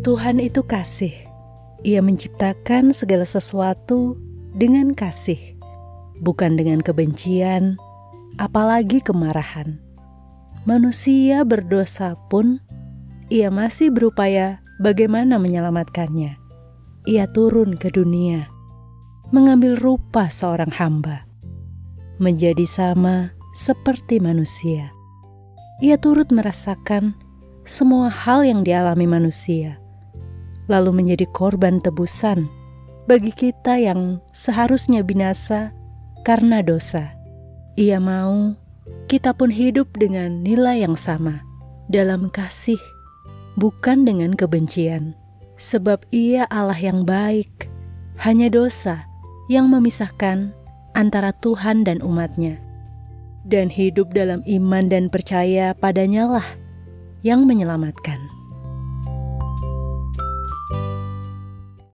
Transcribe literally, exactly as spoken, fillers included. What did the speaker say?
Tuhan itu kasih. Ia menciptakan segala sesuatu dengan kasih, bukan dengan kebencian, apalagi kemarahan. Manusia berdosa pun, ia masih berupaya bagaimana menyelamatkannya. Ia turun ke dunia, mengambil rupa seorang hamba, menjadi sama seperti manusia. Ia turut merasakan semua hal yang dialami manusia, lalu menjadi korban tebusan bagi kita yang seharusnya binasa karena dosa. Ia mau kita pun hidup dengan nilai yang sama, dalam kasih, bukan dengan kebencian. Sebab Ia Allah yang baik, hanya dosa yang memisahkan antara Tuhan dan umat-Nya. Dan hidup dalam iman dan percaya Padanya lah yang menyelamatkan.